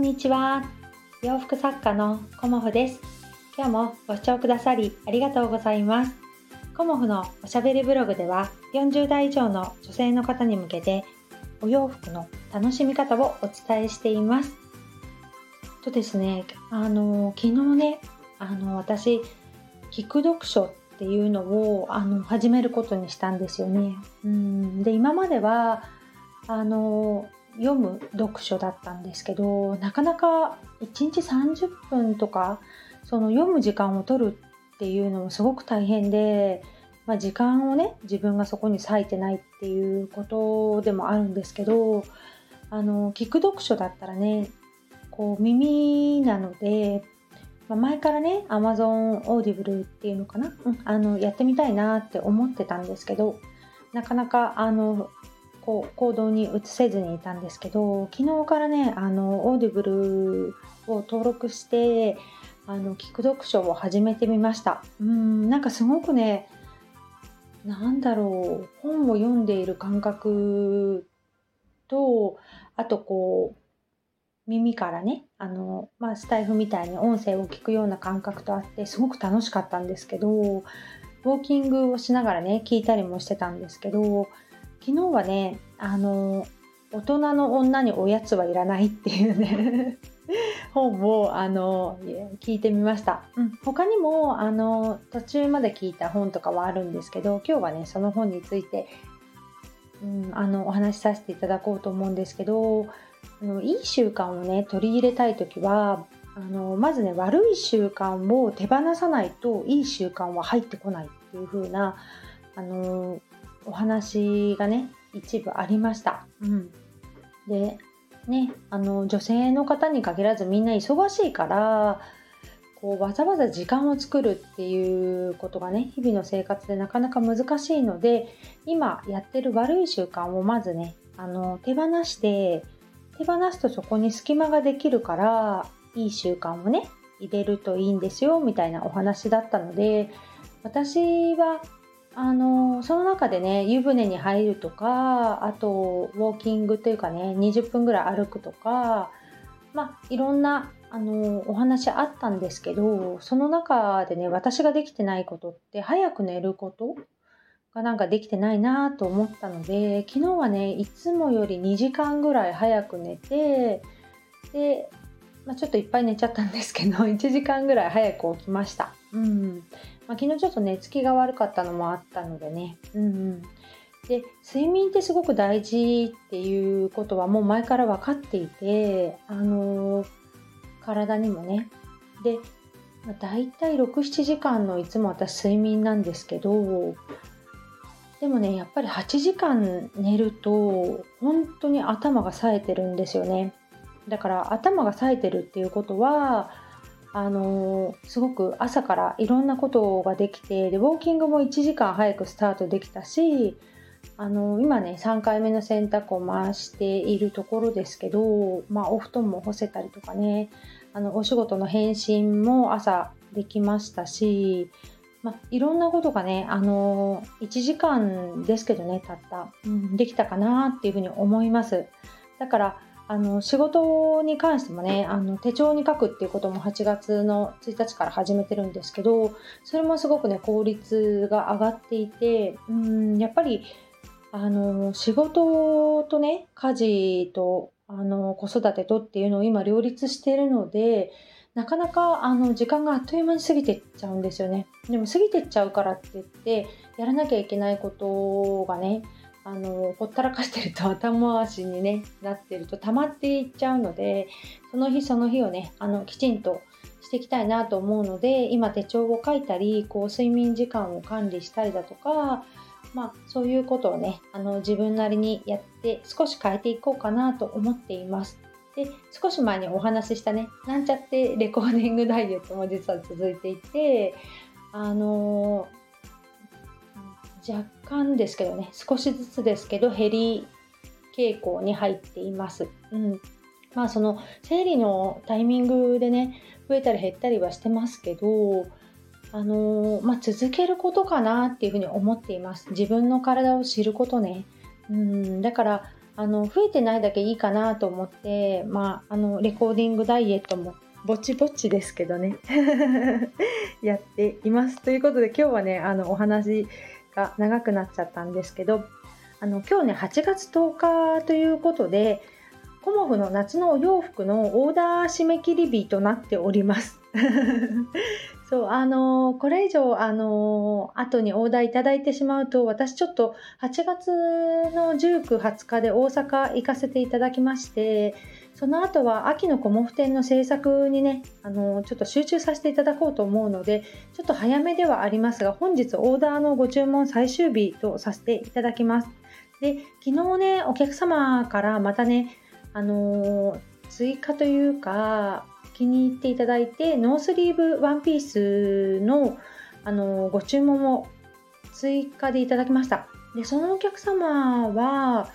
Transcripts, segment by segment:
にちは。洋服作家のコモフです。今日もご視聴くださりありがとうございます。コモフのおしゃべりブログでは40代以上の女性の方に向けてお洋服の楽しみ方をお伝えしています。とですね、昨日ね、私聞く読書っていうのを始めることにしたんですよね。で今までは読む読書だったんですけど、なかなか1日30分とかその読む時間を取るっていうのもすごく大変で、時間をね自分がそこに割いてないっていうことでもあるんですけど、聞く読書だったらねこう耳なので、前からね Amazon Audible っていうのかな、やってみたいなって思ってたんですけど、なかなか行動に移せずにいたんですけど、昨日からねオーディブルを登録して聞く読書を始めてみました。なんかすごくね、本を読んでいる感覚と、あと耳からねスタイフみたいに音声を聞くような感覚とあって、すごく楽しかったんですけど、ウォーキングをしながらね聞いたりもしてたんですけど、昨日はね大人の女におやつはいらないっていうね本を聞いてみました。他にも途中まで聞いた本とかはあるんですけど、今日はねその本について、お話しさせていただこうと思うんですけど、いい習慣をね取り入れたいときはまずね悪い習慣を手放さないといい習慣は入ってこないっていう風なお話がね一部ありました。でね、女性の方に限らずみんな忙しいからわざわざ時間を作るっていうことがね日々の生活でなかなか難しいので、今やってる悪い習慣をまずね手放すとそこに隙間ができるから、いい習慣をね入れるといいんですよみたいなお話だったので、私はその中でね湯船に入るとか、あとウォーキングというかね20分ぐらい歩くとか、いろんなお話あったんですけど、その中でね私ができてないことって早く寝ることがなんかできてないなと思ったので、昨日はねいつもより2時間ぐらい早く寝て、で、ちょっといっぱい寝ちゃったんですけど1時間ぐらい早く起きました。昨日ちょっと寝つきが悪かったのもあったのでね。で、睡眠ってすごく大事っていうことはもう前から分かっていて、体にもね。で、だいたい6、7時間のいつも私睡眠なんですけど、でもね、やっぱり8時間寝ると本当に頭が冴えてるんですよね。だから頭が冴えてるっていうことは、すごく朝からいろんなことができて、でウォーキングも1時間早くスタートできたし、今ね3回目の洗濯を回しているところですけど、お布団も干せたりとかね、お仕事の返信も朝できましたし、いろんなことがね1時間ですけどねたった、できたかなっていうふうに思います。だから仕事に関してもね手帳に書くっていうことも8月の1日から始めてるんですけど、それもすごくね効率が上がっていて、やっぱり仕事とね家事と子育てとっていうのを今両立しているので、なかなか時間があっという間に過ぎてっちゃうんですよね。でも過ぎてっちゃうからって言ってやらなきゃいけないことがねほったらかしてると頭回しに、なってると溜まっていっちゃうので、その日その日をねきちんとしていきたいなと思うので、今手帳を書いたり睡眠時間を管理したりだとか、そういうことをね自分なりにやって少し変えていこうかなと思っています。で、少し前にお話ししたねなんちゃってレコーディングダイエットも実は続いていて、若干ですけどね、少しずつですけど減り傾向に入っています。その生理のタイミングでね増えたり減ったりはしてますけど、続けることかなっていうふうに思っています。自分の体を知ることね。だから増えてないだけいいかなと思って、レコーディングダイエットもぼちぼちですけどねやっています。ということで今日はねお話が長くなっちゃったんですけど、今日ね8月10日ということでコモフの夏のお洋服のオーダー締め切り日となっておりますそうこれ以上後にオーダーいただいてしまうと、私ちょっと8月の19、20日で大阪行かせていただきまして、その後は秋のコモフ展の制作にねちょっと集中させていただこうと思うので、ちょっと早めではありますが本日オーダーのご注文最終日とさせていただきます。で、昨日ねお客様からまたね追加というか気に入っていただいてノースリーブワンピースの、ご注文を追加でいただきました。でそのお客様は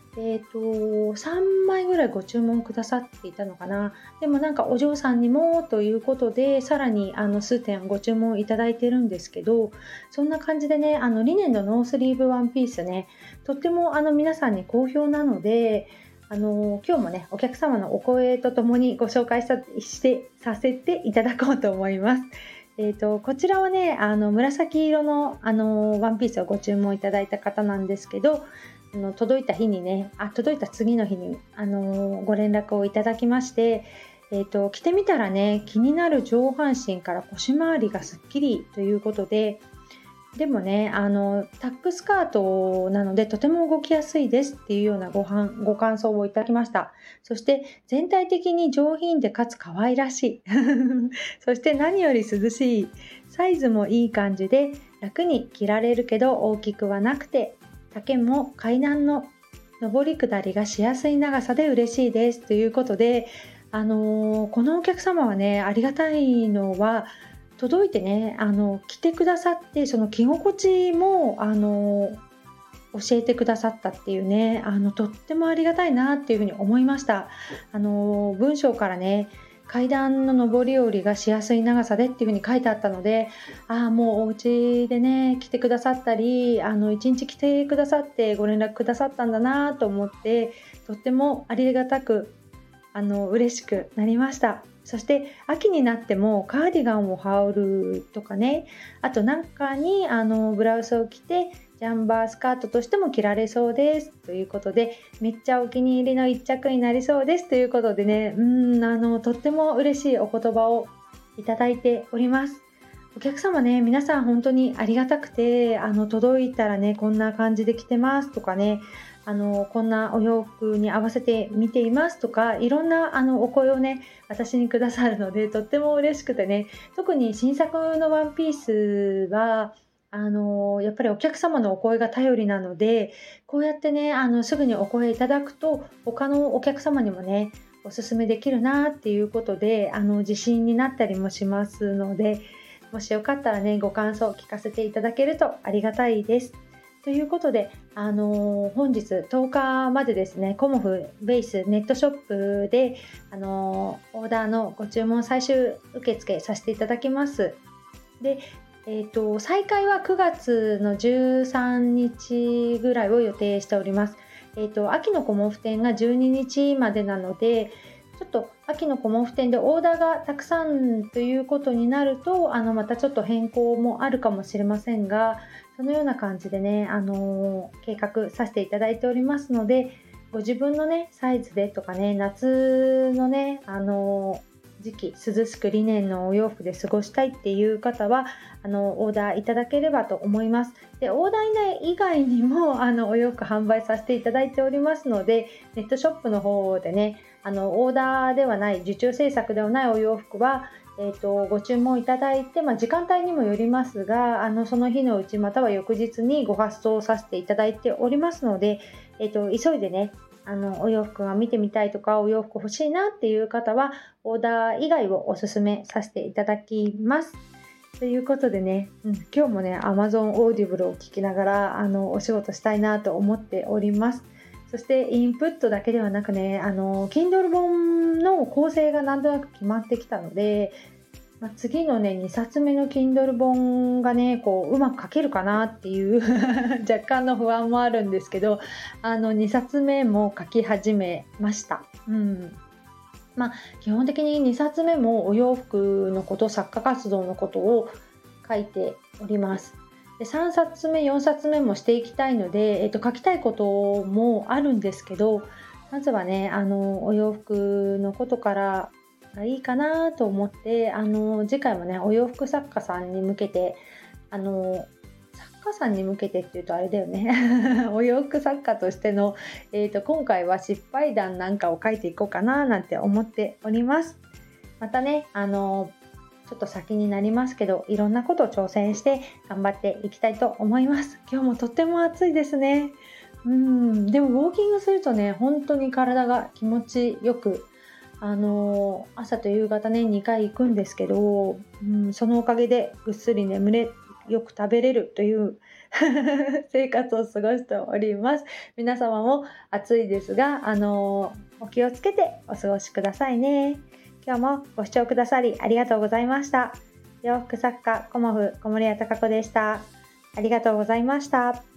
3枚ぐらいご注文くださっていたのかな。でもなんかお嬢さんにもということでさらに数点ご注文いただいてるんですけど、そんな感じでねリネンのノースリーブワンピースねとっても皆さんに好評なので、今日もねお客様のお声とともにご紹介させていただこうと思います。こちらはね紫色のワンピースをご注文いただいた方なんですけど、届いた次の日にご連絡をいただきまして、着てみたらね気になる上半身から腰回りがすっきりということで、でもねタックスカートなのでとても動きやすいですっていうようなご感想をいただきました。そして全体的に上品でかつ可愛らしいそして何より涼しい、サイズもいい感じで楽に着られるけど大きくはなくて、丈も階段の上り下りがしやすい長さで嬉しいですということで、このお客様はねありがたいのは届いてね着てくださって、その着心地も教えてくださったっていうねとってもありがたいなっていうふうに思いました。文章からね階段の上り下りがしやすい長さでっていう風に書いてあったので、もうお家でね来てくださったり一日来てくださってご連絡くださったんだなと思って、とってもありがたく嬉しくなりました。そして秋になってもカーディガンを羽織るとかね、あとなんかにブラウスを着てジャンバースカートとしても着られそうですということで、めっちゃお気に入りの一着になりそうですということでね、とっても嬉しいお言葉をいただいております。お客様ね皆さん本当にありがたくて、届いたらねこんな感じで着てますとかね、こんなお洋服に合わせて見ていますとか、いろんなお声をね私にくださるのでとっても嬉しくてね、特に新作のワンピースはやっぱりお客様のお声が頼りなので、こうやってねすぐにお声いただくと他のお客様にもねおすすめできるなっていうことで自信になったりもしますので、もしよかったらねご感想を聞かせていただけるとありがたいです。ということで、本日10日までですね、コモフベースネットショップで、オーダーのご注文最終受付させていただきます。で、再開は9月の13日ぐらいを予定しております。秋のコモフ展が12日までなので、ちょっと秋のコモフ展でオーダーがたくさんということになるとまたちょっと変更もあるかもしれませんが、そのような感じでね、計画させていただいておりますので、ご自分のねサイズでとかね、夏のね時期涼しくリネンのお洋服で過ごしたいっていう方はオーダーいただければと思います。でオーダー以外にもお洋服販売させていただいておりますので、ネットショップの方でねオーダーではない受注制作ではないお洋服はご注文いただいて、時間帯にもよりますがその日のうちまたは翌日にご発送させていただいておりますので、急いでねお洋服が見てみたいとかお洋服欲しいなっていう方はオーダー以外をおすすめさせていただきますということでね、今日もね Amazon Audible を聞きながらお仕事したいなと思っております。そしてインプットだけではなくねKindle 本の構成がなんとなく決まってきたので、 次のね2冊目の Kindle 本がねうまく書けるかなっていう若干の不安もあるんですけど、2冊目も書き始めました。基本的に2冊目もお洋服のこと、作家活動のことを書いております。で3冊目4冊目もしていきたいので、書きたいこともあるんですけど、まずはねお洋服のことからがいいかなと思って、次回もねお洋服作家さんに向けて作家さんに向けてっていうとあれだよねお洋服作家としての、今回は失敗談なんかを書いていこうかななんて思っております。またねちょっと先になりますけど、いろんなことを挑戦して頑張っていきたいと思います。今日もとっても暑いですね。でもウォーキングするとね本当に体が気持ちよく、朝と夕方ね2回行くんですけど、そのおかげでぐっすり眠れ、よく食べれるという生活を過ごしております。皆様も暑いですが、お気をつけてお過ごしくださいね。今日もご視聴くださりありがとうございました。洋服作家コモフ小森屋隆子でした。ありがとうございました。